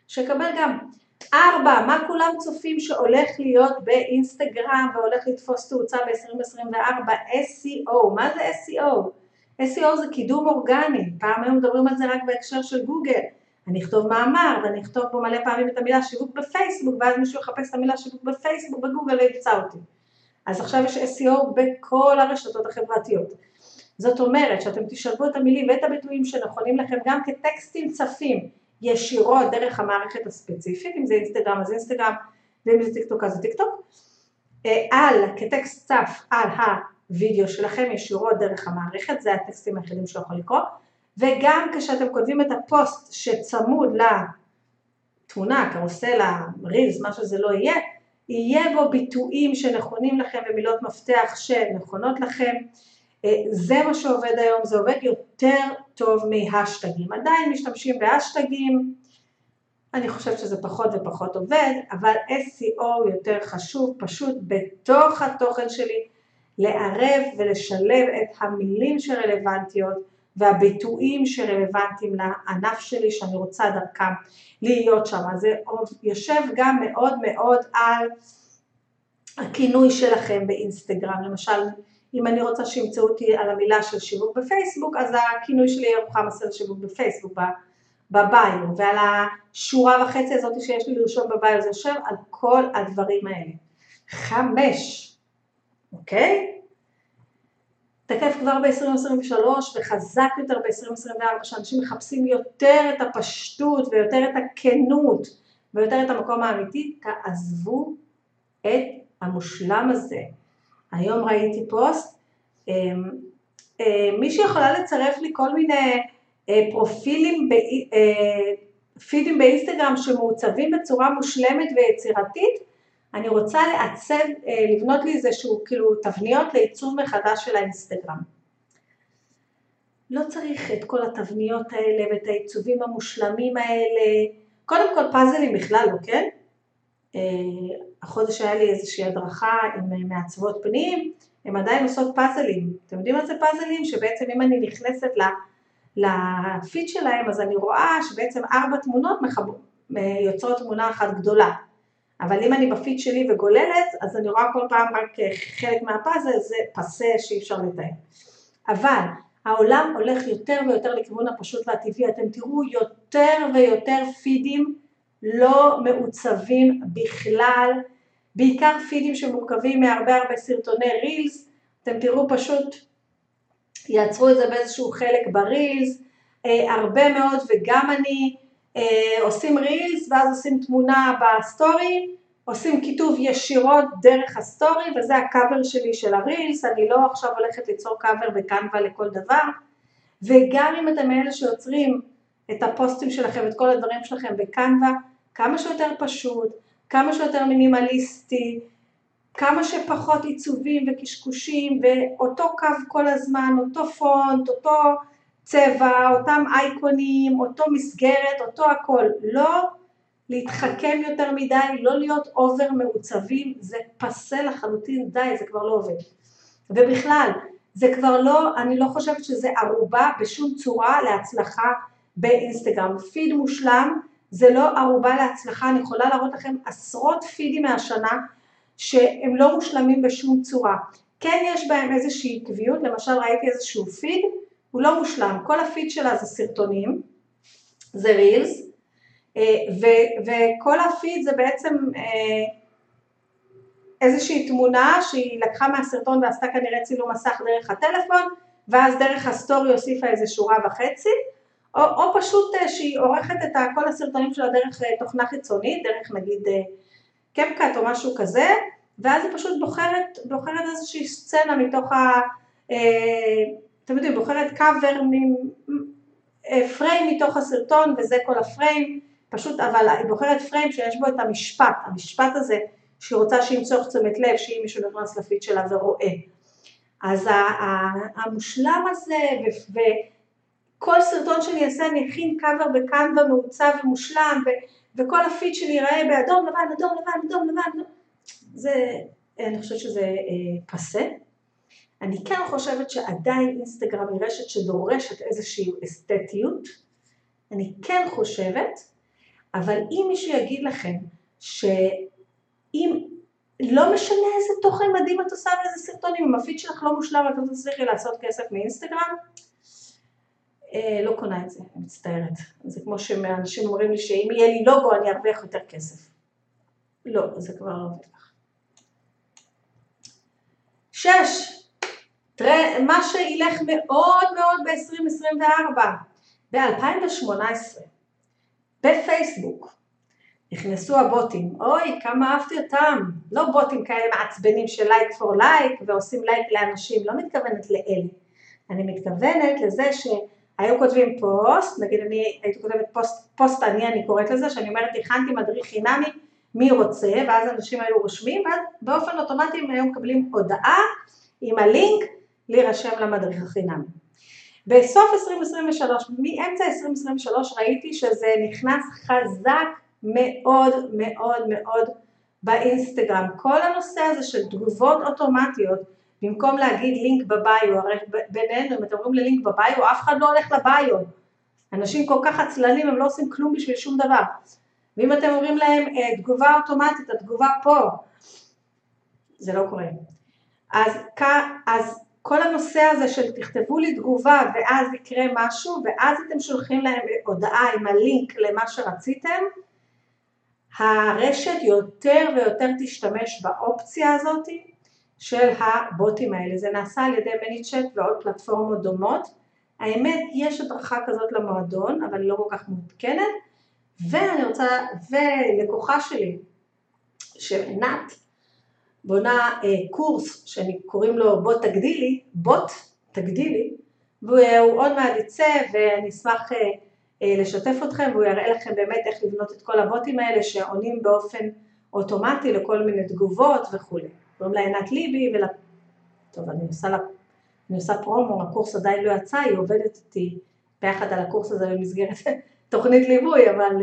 שקבל גם 4, מה כולם צופים שהולך להיות באינסטגרם והולך לתפוס תאוצה ב-2024? SEO, מה זה SEO? SEO זה קידום אורגני, פעם היום מדברים על זה רק בהקשר של גוגל, אני אכתוב מאמר ואני אכתוב פה מלא פעמים את המילה שיווק בפייסבוק, ואז מישהו יחפש את המילה שיווק בפייסבוק בגוגל וימצא אותי. אז עכשיו יש SEO בכל הרשתות החברתיות. זאת אומרת שאתם תשלבו את המילים ואת הביטויים שנכונים לכם גם כטקסטים צפים ישירות דרך המערכת הספציפית, אם זה אינסטגרם אז אינסטגרם, ואם זה טיקטוק אז טיקטוק, כטקסט צף על הווידאו שלכם ישירות דרך המערכת, זה הטקסטים היחידים שיכול לקרוא, וגם כשאתם כותבים את הפוסט שצמוד לתמונה, קרוסלה, רילס, מה שזה לא יהיה, יהיה בו ביטויים שנכונים לכם ומילות מפתח שנכונות לכם. זה מה שעובד היום, זה עובד יותר טוב מהשטגים. עדיין משתמשים בהשטגים, אני חושבת שזה פחות ופחות עובד, אבל SEO יותר חשוב, פשוט בתוך התוכן שלי, לערב ולשלב את המילים שרלוונטיות, והביטויים שרלוונטיים לענף שלי, שאני רוצה דרכם להיות שם. זה יושב גם מאוד מאוד על הכינוי שלכם באינסטגרם, למשל, אם אני רוצה שימצאו אותי על המילה של שיווק בפייסבוק, אז הכינוי שלי יהיה רוחמה סלע שיווק בפייסבוק בביו, ועל השורה וחצי הזאת שיש לי לרשום בביו, זה יושב על כל הדברים האלה. 5, אוקיי? תקף כבר ב-2023 וחזק יותר ב-2024, שאנשים מחפשים יותר את הפשטות ויותר את הכנות ויותר את המקום האמיתי, תעזבו את המושלם הזה. היום ראיתי פוסט, מישהי יכולה לצרף לי כל מיני פרופילים, פידים באינסטגרם שמעוצבים בצורה מושלמת ויצירתית, אני רוצה לעצב, לבנות לי איזשהו כאילו תבניות לעיצוב מחדש של האינסטגרם. לא צריך את כל התבניות האלה ואת העיצובים המושלמים האלה, קודם כל פאזלים בכלל לא, כן? החודש היה לי איזושהי הדרכה עם מעצבות פנים, הם עדיין עושות פאזלים. אתם יודעים מה זה פאזלים? שבעצם אם אני נכנסת לפיד שלהם, אז אני רואה שבעצם 4 תמונות יוצרות תמונה אחת גדולה. אבל אם אני בפיד שלי וגוללת, אז אני רואה כל פעם רק חלק מהפאזל, זה פסה שאי אפשר לתאר. אבל העולם הולך יותר ויותר לכיוון הפשוט והטבעי, אתם תראו יותר ויותר פידים לא מעוצבים בכלל, בעיקר פידים שמורכבים מהרבה סרטוני רילס, אתם תראו פשוט, יעצרו את זה באיזשהו חלק ברילס, הרבה מאוד וגם אני עושים רילס ואז עושים תמונה בסטורי, עושים כיתוב ישירות דרך הסטורי וזה הקאבר שלי של הרילס, אני לא עכשיו הולכת ליצור קאבר בקנווה לכל דבר, וגם אם אתם אלה שיוצרים את הפוסטים שלכם, את כל הדברים שלכם בקנווה, כמה שיותר פשוט, כמה שיותר מינימליסטי, כמה שפחות עיצובים וקשקושים, ואותו קו כל הזמן, אותו פונט, אותו צבע, אותם אייקונים, אותו מסגרת, אותו הכל. לא להתחכם יותר מדי, לא להיות אובר מעוצבים, זה פסה לחלוטין, די, זה כבר לא עובד. ובכלל, זה כבר לא, אני לא חושבת שזה ערובה בשום צורה להצלחה באינסטגרם. פיד מושלם, זה לא ערובה להצלחה, אני יכולה להראות לכם עשרות פידים מהשנה, שהם לא מושלמים בשום צורה. כן יש בהם איזושהי קביעות, למשל ראיתי איזשהו פיד, הוא לא מושלם, כל הפיד שלה זה סרטונים, זה רילס, וכל הפיד זה בעצם איזושהי תמונה שהיא לקחה מהסרטון ועשתה כנראה צילום מסך דרך הטלפון, ואז דרך הסטורי הוסיפה איזה שורה וחצי, או פשוט שהיא עורכת את כל הסרטונים שלה דרך תוכנה חיצונית, דרך נגיד קפקט או משהו כזה, ואז היא פשוט בוחרת איזושהי סצנה מתוך אתם יודעים, בוחרת קאבר, פריים מתוך הסרטון, וזה כל הפריים, פשוט, אבל היא בוחרת פריים שיש בו את המשפט הזה, שהיא רוצה שימצוך תשומת לב, שאם מישהו נכנס לפיד שלה ורואה. אז המושלם הזה, וכל סרטון שאני אעשה, אני אכין קאבר בקנווה מעוצב ומושלם, וכל הפיד שלי ייראה באדום, לבן, אדום, לבן, אדום, לבן, זה, אני חושבת שזה פסה. אני כן חושבת שעדיין אינסטגרם היא רשת שדורשת איזושהי אסתטיות, אני כן חושבת, אבל אם מישהו יגיד לכם שאם לא משנה איזה תוכן מדהים את עושה ואיזה סרטונים, אם הפיד שלך לא מושלם ואת לא תצליחי לעשות כסף מאינסטגרם, לא קונה את זה, אני מצטערת. זה כמו שאנשים אומרים לי שאם יהיה לי לוגו אני ארוויח יותר כסף. לא, זה כבר לא עובד לך. 6. מה שילך מאוד מאוד ב-2024, ב-2018, בפייסבוק, נכנסו הבוטים, אוי כמה אהבתי אותם, לא בוטים כאלה מעצבנים של לייק פור לייק ועושים לייק לאנשים, לא מתכוונת לאלה, אני מתכוונת לזה שהיו כותבים פוסט, נגיד אני הייתי כותבת פוסט אני קוראת לזה, שאני אומרת הכנתי מדריך חינמי, מי רוצה, ואז אנשים היו רושמים, ואז באופן אוטומטי הם היו מקבלים הודעה עם הלינק להירשם למדריך החינמי. בסוף 2023, מאמצע 2023 ראיתי שזה נכנס חזק מאוד מאוד מאוד באינסטגרם. כל הנושא הזה של תגובות אוטומטיות, במקום להגיד לינק בביו, הרי בינינו, אם אתם אומרים ללינק בביו, אף אחד לא הולך לביו. אנשים כל כך עצלנים, הם לא עושים כלום בשביל שום דבר. ואם אתם אומרים להם תגובה אוטומטית, התגובה פה, זה לא קורה. אז כל הנושא הזה של תכתבו לי תגובה ואז יקרה משהו, ואז אתם שולחים להם הודעה עם הלינק למה שרציתם, הרשת יותר ויותר תשתמש באופציה הזאת של הבוטים האלה. זה נעשה על ידי מניצ'ט ועוד פלטפורמות דומות. האמת, יש הדרכה כזאת למועדון, אבל היא לא כל כך מעודכנת, ואני רוצה, ולקוחה שלי, שעינת, בונה קורס שאני קוראים לו בוט תגדילי, והוא עוד מעט יצא ואני אשמח לשתף אתכם, והוא יראה לכם באמת איך לבנות את כל הבוטים האלה שעונים באופן אוטומטי לכל מיני תגובות וכו'. קוראים לה עינת ליבי, טוב, אני עושה פרומו, הקורס עדיין לא יצא, היא עובדת איתי ביחד על הקורס הזה במסגרת תוכנית ליווי, אבל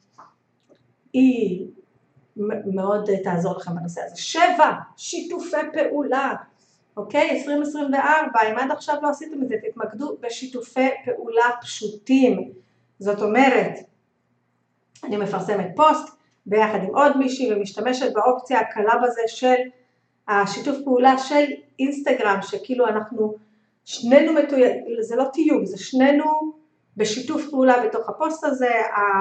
היא מאוד תעזור לכם בנושא הזה. 7. שיתופי פעולה. אוקיי? 2024, אם עד עכשיו לא עשיתם את זה, תתמקדו בשיתופי פעולה פשוטים. זאת אומרת, אני מפרסמת פוסט ביחד עם עוד מישהי ומשתמשת באופציה הקלה בזה של השיתוף פעולה של אינסטגרם, שכאילו אנחנו שנינו זה לא תיוג, זה שנינו בשיתוף פעולה בתוך הפוסט הזה,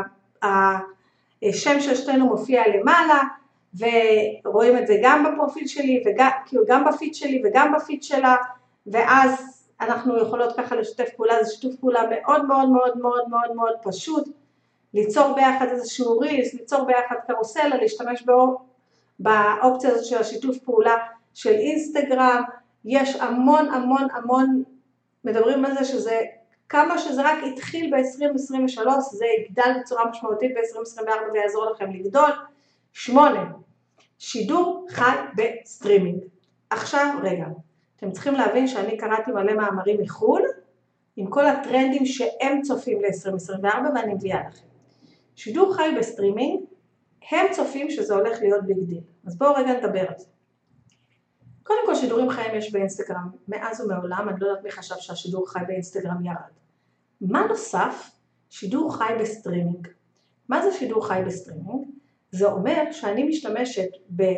השם של שנינו מופיע למעלה, ורואים את זה גם בפרופיל שלי, גם בפיד שלי וגם בפיד שלה, ואז אנחנו יכולות ככה לשתף פעולה, זה שיתוף פעולה מאוד מאוד מאוד מאוד מאוד מאוד פשוט, ליצור ביחד איזשהו ריס, ליצור ביחד קרוסלה, להשתמש באופציה הזאת של השיתוף פעולה של אינסטגרם. יש המון המון המון, מדברים על זה שזה, כמה שזה רק התחיל ב-2023, זה יגדל בצורה משמעותית ב-2024 ויעזור לכם לגדול. 8. שידור חי בסטרימינג. עכשיו רגע, אתם צריכים להבין שאני קראתי מלא מאמרים מחול, עם כל הטרנדים שהם צופים ל-2024 ואני מביאה לכם. שידור חי בסטרימינג, הם צופים שזה הולך להיות ביג דיל. אז בואו רגע נדבר על זה. קודם כל שידורים חיים יש באינסטגרם, מאז ומעולם, אני לא יודעת מי חשב שהשידור חי באינסטגרם ירד. מה נוסף? שידור חי בסטרימינג. מה זה שידור חי בסטרימינג? זה אומר שאני משתמשת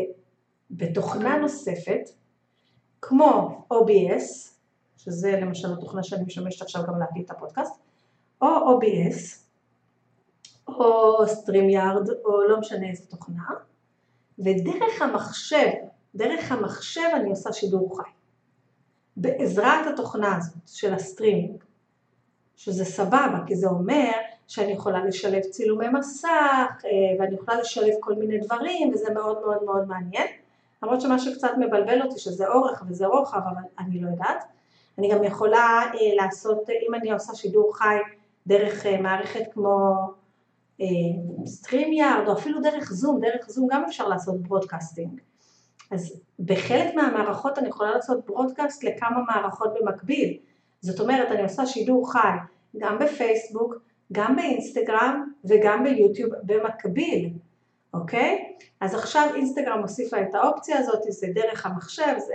בתוכנה נוספת, כמו OBS, שזה למשל התוכנה שאני משמשת עכשיו גם להקליט את הפודקאסט, או OBS, או StreamYard, או לא משנה איזה תוכנה, ודרך המחשב אני עושה שידור חי. בעזרת התוכנה הזאת של הסטרימינג, שזה סבבה, כי זה אומר שאני יכולה לשלב צילומי מסך, ואני יכולה לשלב כל מיני דברים, וזה מאוד מאוד מאוד מעניין. למרות שמה שקצת מבלבל אותי, שזה אורך וזה רוחב, אבל אני לא יודעת. אני גם יכולה לעשות, אם אני עושה שידור חי דרך מערכת כמו StreamYard, או אפילו דרך זום גם אפשר לעשות ברודקאסטינג. אז בחלק מהמערכות אני יכולה לעשות ברודקאסט לכמה מערכות במקביל. זאת אומרת, אני עושה שידור חי גם בפייסבוק, גם באינסטגרם וגם ביוטיוב במקביל, אוקיי? אז עכשיו אינסטגרם מוסיפה את האופציה הזאת, זה דרך המחשב, זה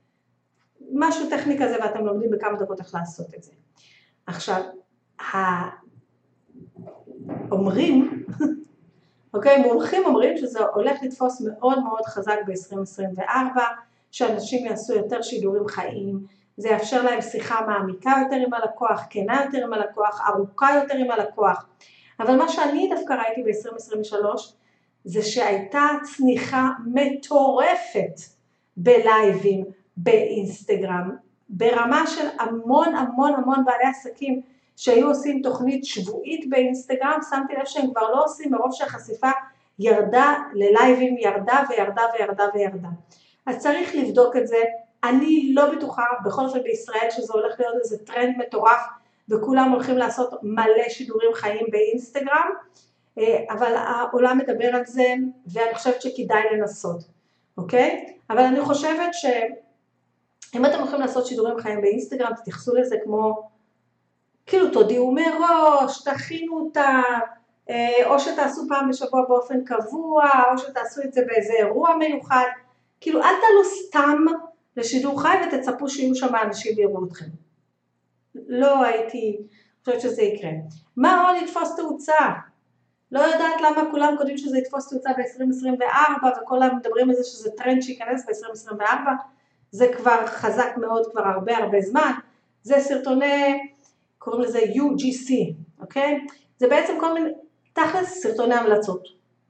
משהו טכני כזה ואתם לומדים בכמה דקות איך לעשות את זה. עכשיו, אומרים אוקיי, מומחים אומרים שזה הולך לתפוס מאוד מאוד חזק ב-2024, שאנשים יעשו יותר שידורים חיים, זה יאפשר להם שיחה מעמיקה יותר עם הלקוח, כנה יותר עם הלקוח, ארוכה יותר עם הלקוח. אבל מה שאני דווקא ראיתי ב-2023, זה שהייתה צניחה מטורפת בלייבים, באינסטגרם, ברמה של המון המון המון בעלי עסקים שהיו עושים תוכנית שבועית באינסטגרם, שמתי לב שהם כבר לא עושים מרוב שהחשיפה ירדה ללייבים, ירדה וירדה וירדה וירדה. אז צריך לבדוק את זה. אני לא בטוחה, בכל אופן בישראל, שזה הולך להיות איזה טרנד מטורף, וכולם הולכים לעשות מלא שידורים חיים באינסטגרם, אבל העולם מדבר על זה, ואני חושבת שכדאי לנסות, אוקיי? אבל אני חושבת שאם אתם הולכים לעשות שידורים חיים באינסטגרם, תתייחסו לזה כמו, כאילו תודיעו מראש, תכינו אותה, או שתעשו פעם בשבוע באופן קבוע, או שתעשו את זה באיזה אירוע מיוחד, כאילו אל תעלו סתם לשידור חי ותצפו שיהיו שם אנשים ויראו אתכם. לא הייתי חושבת שזה יקרה. מה עוד יתפוס תאוצה? לא יודעת למה כולם קודמים שזה יתפוס תאוצה ב-2024, וכולם מדברים על זה שזה טרנד שייכנס ב-2024, זה כבר חזק מאוד, כבר הרבה זמן. זה סרטוני, קוראים לזה UGC, אוקיי? זה בעצם כל מיני, תכלס סרטוני המלצות.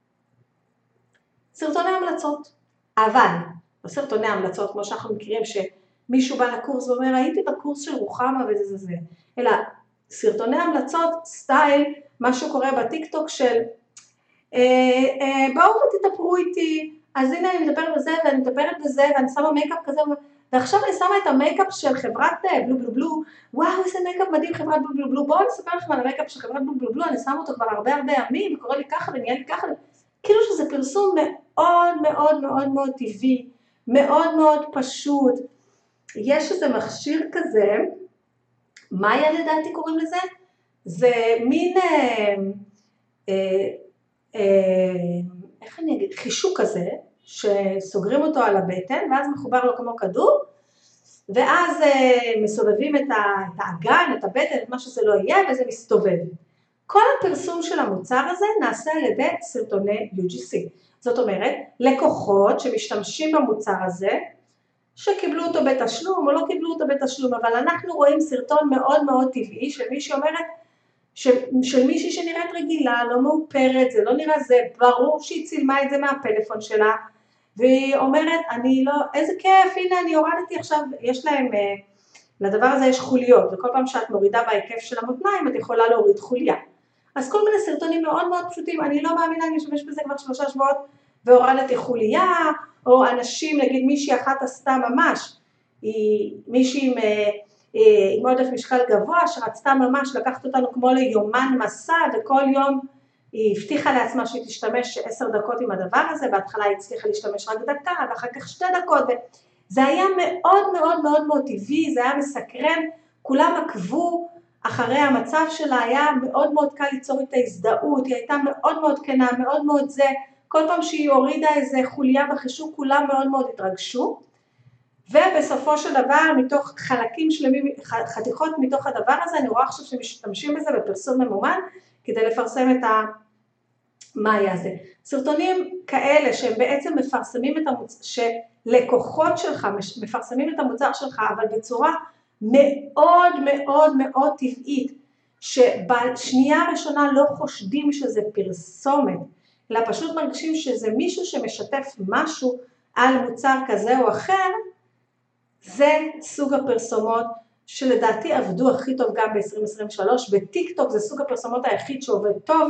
סרטוני המלצות. אבל, לא סרטוני המלצות כמו שאנחנו מכירים, שמישהו בא לקורס ואומר, הייתי בקורס של רוחמה וזה, אלא סרטוני המלצות, סטייל, משהו קורה בטיקטוק של, בואו ותתאפרו איתי, אז הנה אני מדברת בזה ואני מדברת בזה ואני שמה מייקאפ כזה, ועכשיו אני שמה את המייקאפ של חברת בלו בלו בלו, וואו איזה מייקאפ מדהים חברת בלו בלו בלו, בואו אני אספר לכם על המייקאפ של חברת בלו בלו בלו, אני שמה אותו כבר הרבה ימים, וקורא לי ככה ונהיה לי ככה, כאילו שזה פרסום מאוד מאוד מאוד מאוד טבעי, מאוד מאוד פשוט. יש איזה מכשיר כזה, מאיה לדעתי קוראים לזה, זה מין, איך אני אגיד, חישוק כזה, שסוגרים אותו על הבטן, ואז מחובר לו כמו כדור, ואז מסובבים את האגן, את הבטן, את מה שזה לא יהיה, וזה מסתובב. כל הפרסום של המוצר הזה נעשה על ידי סרטוני UGC. זאת אומרת, לקוחות שמשתמשים במוצר הזה, שקיבלו אותו בתשלום או לא קיבלו אותו בתשלום, אבל אנחנו רואים סרטון מאוד מאוד טבעי של מישהי אומרת, של מישהי שנראית רגילה, לא מאופרת, זה לא נראה זה, ברור שהיא צילמה את זה מהפלאפון שלה, והיא אומרת, אני לא, איזה כיף, הנה אני הורדתי עכשיו, יש להם, לדבר הזה יש חוליות, וכל פעם שאת מורידה בהיקף של המותניים, את יכולה להוריד חוליה. אז כל מיני סרטונים מאוד מאוד פשוטים, אני לא מאמינה, אני משתמש בזה כבר 3 שבועות, והורדתי חוליה, או אנשים, נגיד מישהי אחת עשתה ממש, היא מישהי עם עודף משקל גבוה, שרצתה ממש לקחת אותנו כמו ליומן מסע, וכל יום היא הבטיחה לעצמה שהיא תשתמש 10 דקות עם הדבר הזה, בהתחלה היא הצליחה להשתמש רק דקה, ואחר כך 2 דקות, זה היה מאוד מאוד מאוד מאוד טבעי, זה היה מסקרן, כולם עקבו אחרי המצב שלה, היה מאוד מאוד קל ליצור את ההזדהות, היא הייתה מאוד מאוד כנה, מאוד מאוד זה, כל פעם שהיא הורידה איזה חוליה בחישוק, כולם מאוד מאוד התרגשו, ובסופו של דבר, מתוך חלקים שלמים, חתיכות מתוך הדבר הזה, אני רואה עכשיו שמשתמשים בזה בפרסום ממומן, כדי לפרסם את המאיה הזה. סרטונים כאלה שהם בעצם מפרסמים את המוצר, שלקוחות שלך מפרסמים את המוצר שלך, אבל בצורה מאוד מאוד מאוד טבעית, שבשנייה הראשונה לא חושדים שזה פרסומת, אלא פשוט מרגישים שזה מישהו שמשתף משהו על מוצר כזה או אחר, זה סוג הפרסומות שלדעתי עבדו הכי טוב גם ב-2023, בטיק טוק זה סוג הפרסומות היחיד שעובד טוב,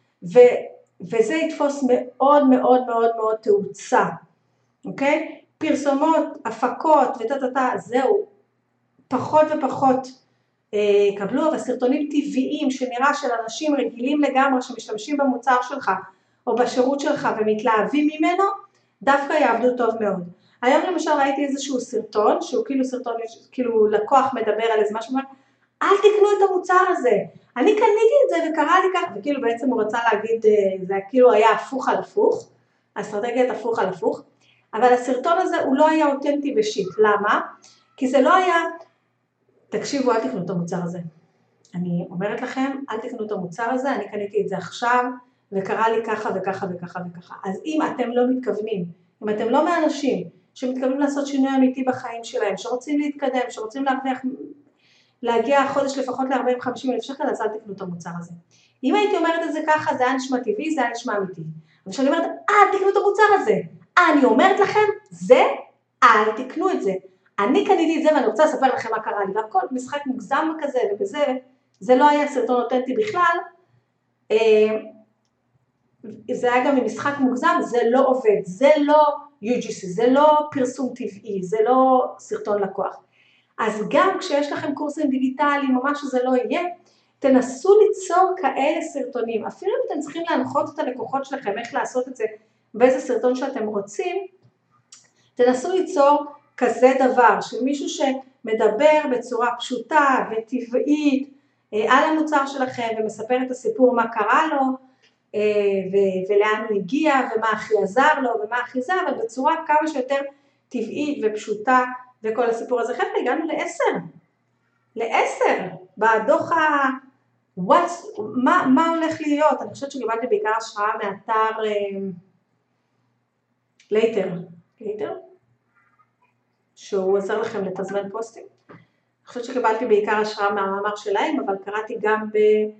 וזה יתפוס מאוד מאוד מאוד מאוד תאוצה, אוקיי? פרסומות, הפקות זהו, פחות ופחות קבלו, אבל סרטונים טבעיים שנראה של אנשים רגילים לגמרי שמשתמשים במוצר שלך או בשירות שלך ומתלהבים ממנו, דווקא יעבדו טוב מאוד. היום למשל ראיתי איזשהו סרטון, שהוא כאילו סרטון, כאילו לקוח מדבר על איזה משהו, אל תקנו את המוצר הזה, אני קניתי את זה וקרה לי כך, וכאילו בעצם הוא רצה להגיד, זה כאילו היה הפוך על הפוך, אסטרטגיית הפוך על הפוך, אבל הסרטון הזה הוא לא היה אותנטי בשיט, למה? כי זה לא היה, תקשיבו, אל תקנו את המוצר הזה. אני אומרת לכם, אל תקנו את המוצר הזה, אני קניתי את זה עכשיו, וקרה לי ככה וככה וככה וככה. אז אם אתם לא מתכוונים, אם אתם לא מאנשים שמתכוונים לעשות שינוי אמיתי בחיים שלהם, שרוצים להתקדם, שרוצים להגיע החודש לפחות ל-40-50 אלף שקל, אז אל תקנו את המוצר הזה. אם הייתי אומרת את זה ככה, זה היה נשמע טבעי, זה היה נשמע אמיתי. אבל כשאני אומרת, אל תקנו את המוצר הזה, אני אומרת לכם, זה, אל תקנו את זה. אני קניתי את זה ואני רוצה לספר לכם מה קרה לי, והכל משחק מוגזם כזה ובזה, זה לא היה סרטון אותנטי בכלל, זה היה גם ממשחק מוגזם, זה לא עובד, זה לא UGC, זה לא פרסום טבעי, זה לא סרטון לקוח. אז גם כשיש לכם קורסים דיגיטליים או מה שזה לא יהיה, תנסו ליצור כאלה סרטונים, אפילו אם אתם צריכים להנחות את הלקוחות שלכם, איך לעשות את זה באיזה סרטון שאתם רוצים, תנסו ליצור כזה דבר, של מישהו שמדבר בצורה פשוטה וטבעית על המוצר שלכם, ומספר את הסיפור מה קרה לו, ולאן הוא הגיע, ומה הכי עזר לו, ומה הכי זה, אבל בצורה כמה שיותר טבעית ופשוטה, וכל הסיפור הזה. חבר'ה, הגענו ל10, בדוח מה הולך להיות? אני חושבת שקיבלתי בעיקר השראה מאתר לייטר, שהוא עזר לכם לתזמן פוסטים. אני חושבת שקיבלתי בעיקר השראה מהמאמר שלהם, אבל קראתי גם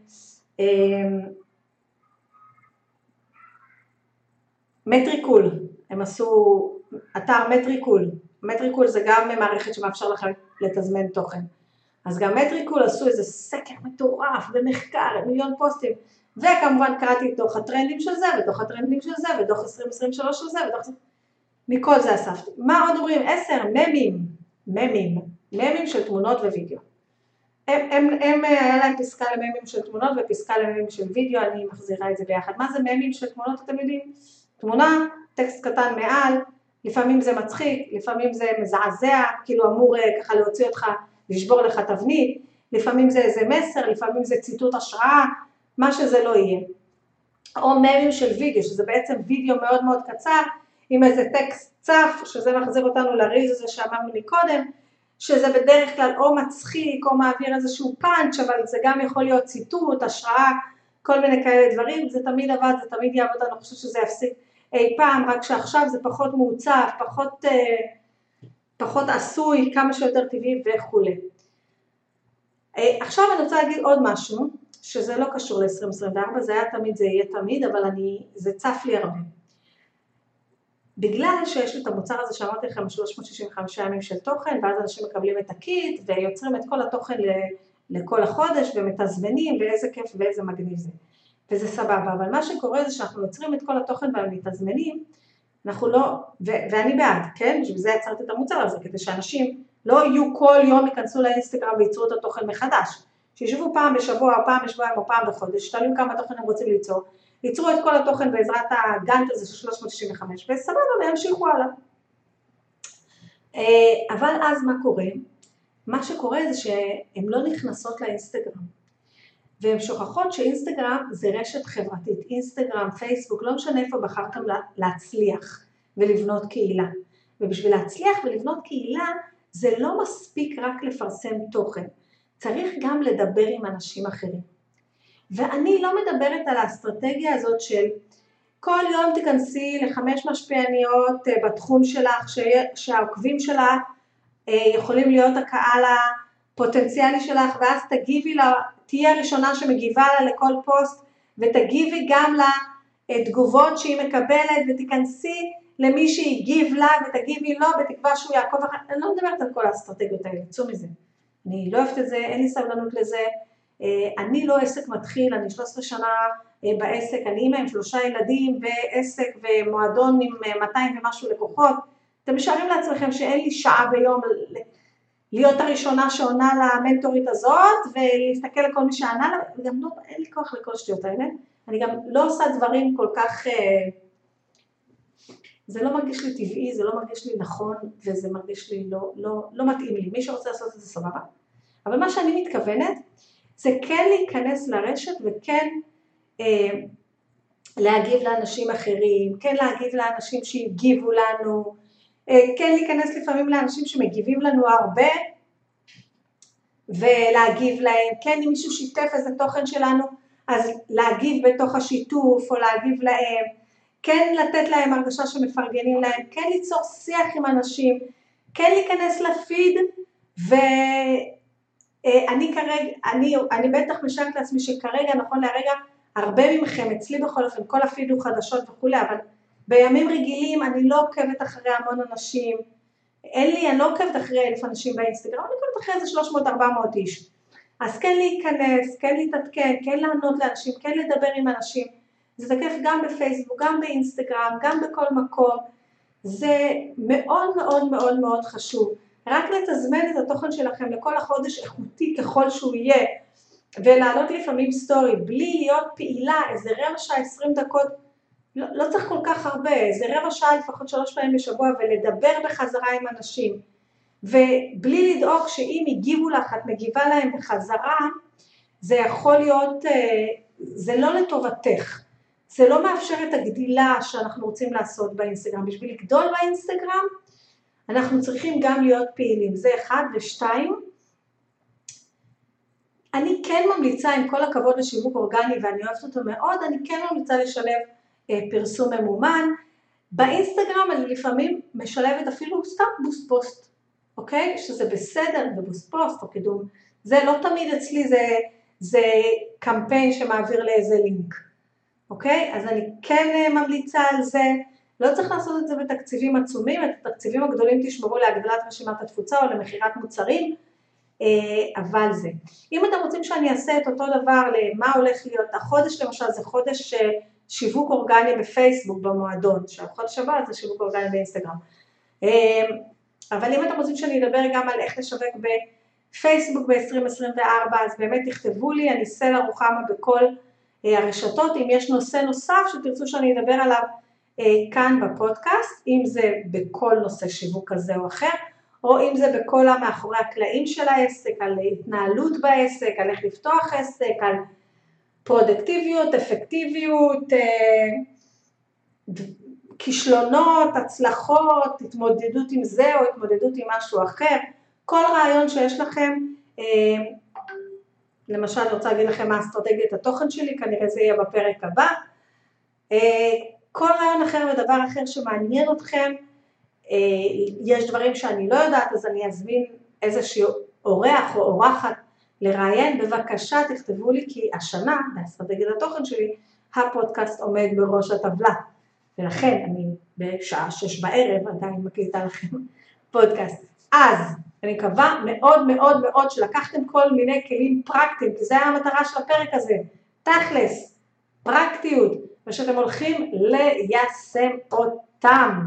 מטריקול, הם עשו אתר מטריקול זה גם מערכת שמאפשר לכם לתזמן תוכן. אז גם מטריקול עשו איזה סקר מטורף במחקר, מיליון פוסטים, וכמובן קראתי תוך הטרנדים של זה, ותוך הטרנדים של זה, ודוח 2023 של זה, מכל זה אספתי. מה עוד אומרים? 10, ממים של תמונות ווידאו. היה להם פסקה לממים של תמונות ופסקה לממים של וידאו, אני מחזירה את זה ביחד. מה זה ממים של תמונות, אתם יודעים? תמונה, טקסט קטן מעל, לפעמים זה מצחיק, לפעמים זה מזעזע, כאילו אמור ככה להוציא אותך, לשבור לך תבנית, לפעמים זה איזה מסר, לפעמים זה ציטוט השראה, מה שזה לא יהיה. או ממים של וידאו, שזה בעצם וידאו מאוד מאוד קצר, עם איזה טקסט צף, שזה מחזיר אותנו לריז הזה שאמרנו מקודם, שזה בדרך כלל או מצחיק, או מעביר איזשהו פאנץ', אבל זה גם יכול להיות ציטוט, השראה, כל מיני כאלה דברים, זה תמיד עבד, זה תמיד יעבוד, אני חושבת שזה יפסיק אי פעם, רק שעכשיו זה פחות מעוצב, פחות עשוי, כמה שיותר טבעי וכו'. עכשיו אני רוצה להגיד עוד משהו, שזה לא קשור ל-2024, זה היה תמיד, זה יהיה תמיד, אבל זה צף לי הרבה. בגלל שיש לי את המוצר הזה שאמרתי לכם, 365 ימים של תוכן, ואז אנשים מקבלים את הקיט, ויוצרים את כל התוכן לכל החודש, ומתזמנים, ואיזה כיף ואיזה מגניב זה. וזה סבבה, אבל מה שקורה זה שאנחנו יוצרים את כל התוכן ומתזמנים, אנחנו לא, ואני בעד, כן? בשביל זה יצרתי את המוצר הזה, כדי שאנשים לא יהיו כל יום ייכנסו לאינסטגרם וייצרו את התוכן מחדש, שישבו פעם בשבוע, או פעם בשבועיים, או פעם בחודש, שתלוי כמה תוכן הם רוצים ליצור, ייצרו את כל התוכן בעזרת הגאנט הזה של 365, וסבבה, וימשיכו הלאה. אבל אז מה קורה? מה שקורה זה שהן לא נכנסות לאינסטגרם, והן שוכחות שאינסטגרם זה רשת חברתית, אינסטגרם, פייסבוק, לא משנה איפה בחרתם להצליח ולבנות קהילה. ובשביל להצליח ולבנות קהילה, זה לא מספיק רק לפרסם תוכן, צריך גם לדבר עם אנשים אחרים. ואני לא מדברת על האסטרטגיה הזאת של כל יום תיכנסי ל5 משפיעניות בתחום שלך, שהעוקבים שלה יכולים להיות הקהל הפוטנציאלי שלך, ואז תגיבי לה, תהיה הראשונה שמגיבה לה לכל פוסט, ותגיבי גם לתגובות שהיא מקבלת, ותיכנסי למי שהגיב לה, ותגיבי לו, בתקווה שהוא יעקוב אחר. אני לא מדברת על כל האסטרטגיות האלה, צאו מזה. אני לא אוהבת את זה, אין לי סבלנות לזה. אני לא עסק מתחיל, אני 13 שנה בעסק, אני אימא עם 3 ילדים, ועסק ומועדון עם 200 ומשהו לקוחות. אתם משערים לעצמכם שאין לי שעה ביום להיות הראשונה שעונה למנטורית הזאת, ולהסתכל לכל מי שענה לה, וגם לא, אין לי כוח לכל השטויות האלה. אני גם לא עושה דברים כל כך, זה לא מרגיש לי טבעי, זה לא מרגיש לי נכון, וזה מרגיש לי לא מתאים לי. מי שרוצה לעשות את זה סבבה. אבל מה שאני מתכוונת, זה כן להיכנס לרשת, וכן להגיב לאנשים אחרים, כן להגיב לאנשים שהגיבו לנו, כן להיכנס לפעמים לאנשים שמגיבים לנו הרבה, ולהגיב להם, כן אם מישהו שיתף איזה תוכן שלנו, אז להגיב בתוך השיתוף או להגיב להם, כן לתת להם הרגשה שמפרגנים להם, כן ליצור שיח עם אנשים, כן להיכנס לפיד, ואני כרגע, אני בטח משארת לעצמי שכרגע, נכון להרגע, הרבה מכם, אצלי בכל אופן, כל הפיד הוא חדשות וכו', אבל בימים רגילים אני לא עוקבת אחרי המון אנשים, אני לא עוקבת אחרי 1,000 אנשים באינסטגרם, אני עוקבת אחרי איזה 300-400 איש. אז כן להיכנס, כן להתעדכן, כן לענות לאנשים, כן לדבר עם אנשים. זה תקף גם בפייסבוק, גם באינסטגרם, גם בכל מקום. זה מאוד מאוד מאוד מאוד חשוב. רק לתזמן את התוכן שלכם לכל החודש איכותי ככל שהוא יהיה, ולעלות לפעמים סטורי, בלי להיות פעילה, איזה רבע שעה, 20 דקות, לא צריך כל כך הרבה, איזה רבע שעה לפחות 3 פעמים בשבוע, ולדבר בחזרה עם אנשים. ובלי לדאוג שאם הגיבו לך, את מגיבה להם בחזרה, זה יכול להיות, זה לא לטובתך. זה לא מאפשר את הגדילה שאנחנו רוצים לעשות באינסטגרם. בשביל לגדול באינסטגרם, אנחנו צריכים גם להיות פעילים. זה 1 ו-2. אני כן ממליצה, עם כל הכבוד לשיווק אורגני, ואני אוהבת אותו מאוד, אני כן ממליצה לשלב פרסום ממומן. באינסטגרם אני לפעמים משלבת אפילו סתם בוסט פוסט, אוקיי? שזה בסדר, בבוסט פוסט או קידום. זה לא תמיד אצלי, זה קמפיין שמעביר לאיזה לינק, אוקיי? אז אני כן ממליצה על זה. לא צריך לעשות את זה בתקציבים עצומים, את התקציבים הגדולים תשמרו להגדלת רשימת התפוצה או למכירת מוצרים, אבל זה. אם אתם רוצים שאני אעשה את אותו דבר למה הולך להיות, החודש למשל זה חודש שיווק אורגני בפייסבוק במועדון, שהחודש הבא זה שיווק אורגני באינסטגרם. אבל אם אתם רוצים שאני אדבר גם על איך לשווק בפייסבוק ב-2024, אז באמת תכתבו לי, אני סלע רוחמה בכל הרשתות. אם יש נושא נוסף שתרצו שאני אדבר עליו כאן בפודקאסט, אם זה בכל נושא שיווק כזה או אחר, או אם זה בכל המאחורי הקלעים של העסק, על התנהלות בעסק, על איך לפתוח עסק, על פרודקטיביות, אפקטיביות, כישלונות, הצלחות, התמודדות עם זה או התמודדות עם משהו אחר. כל רעיון שיש לכם, למשל אני רוצה להגיד לכם מה אסטרטגיית התוכן שלי, כנראה זה יהיה בפרק הבא. כל רעיון אחר ודבר אחר שמעניין אתכם, יש דברים שאני לא יודעת, אז אני אזמין איזשהו אורח או אורחת לראיין, בבקשה תכתבו לי, כי השנה, באסטרטגיית התוכן שלי, הפודקאסט עומד בראש הטבלה, ולכן אני בשעה 6 בערב עדיין מקליטה לכם פודקאסט. אז אני מקווה מאוד מאוד מאוד שלקחתם כל מיני כלים פרקטיים, כי זה היה המטרה של הפרק הזה, תכלס, פרקטיות, ושאתם הולכים ליישם אותם.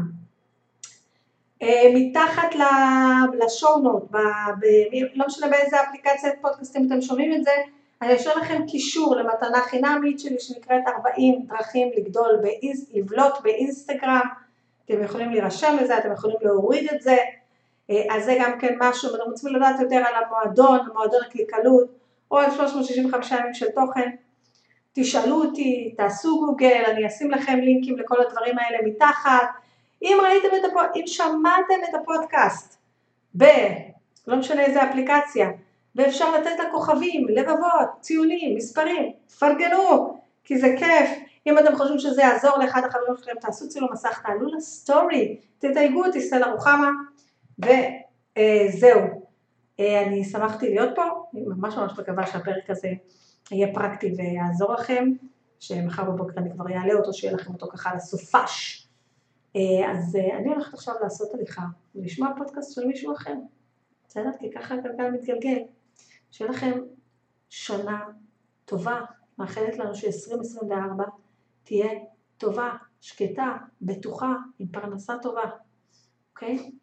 מתחת לשואו-נוט, לא משנה באיזה אפליקציית פודקאסטים אתם שומעים את זה, אני אשאיר לכם קישור למתנה חינמית שלי שנקראת 40 דרכים לבלוט באינסטגרם, אתם יכולים להירשם לזה, אתם יכולים להוריד את זה, אז זה גם כן משהו, אם אתם רוצים לדעת יותר על המועדון, מועדון הקליקלות, או על 365 ימים של תוכן, תשאלו אותי, תעשו גוגל, אני אשים לכם לינקים לכל הדברים האלה מתחת. אם שמעתם את הפודקאסט לא משנה איזה אפליקציה, ואפשר לתת לכוכבים, לבבות, ציונים, מספרים, פרגנו, כי זה כיף. אם אתם חושבים שזה יעזור לאחד החברים שלכם, תעשו צילום מסך, תעלו לסטורי, תתייגו אותי, סלע רוחמה, וזהו. אני שמחתי להיות פה, אני ממש מקווה שהפרק הזה יהיה פרקטי ויעזור לכם, שמחר בבוקר אני כבר יעלה אותו, שיהיה לכם אותו ככה לסופש. אז אני הולכת עכשיו לעשות הליכה, ולשמוע פודקאסט של מישהו אחר. בסדר? כי ככה הגלגל מתגלגל. שיהיה לכם שנה טובה, מאחלת לנו ש-2024 תהיה טובה, שקטה, בטוחה, עם פרנסה טובה. אוקיי?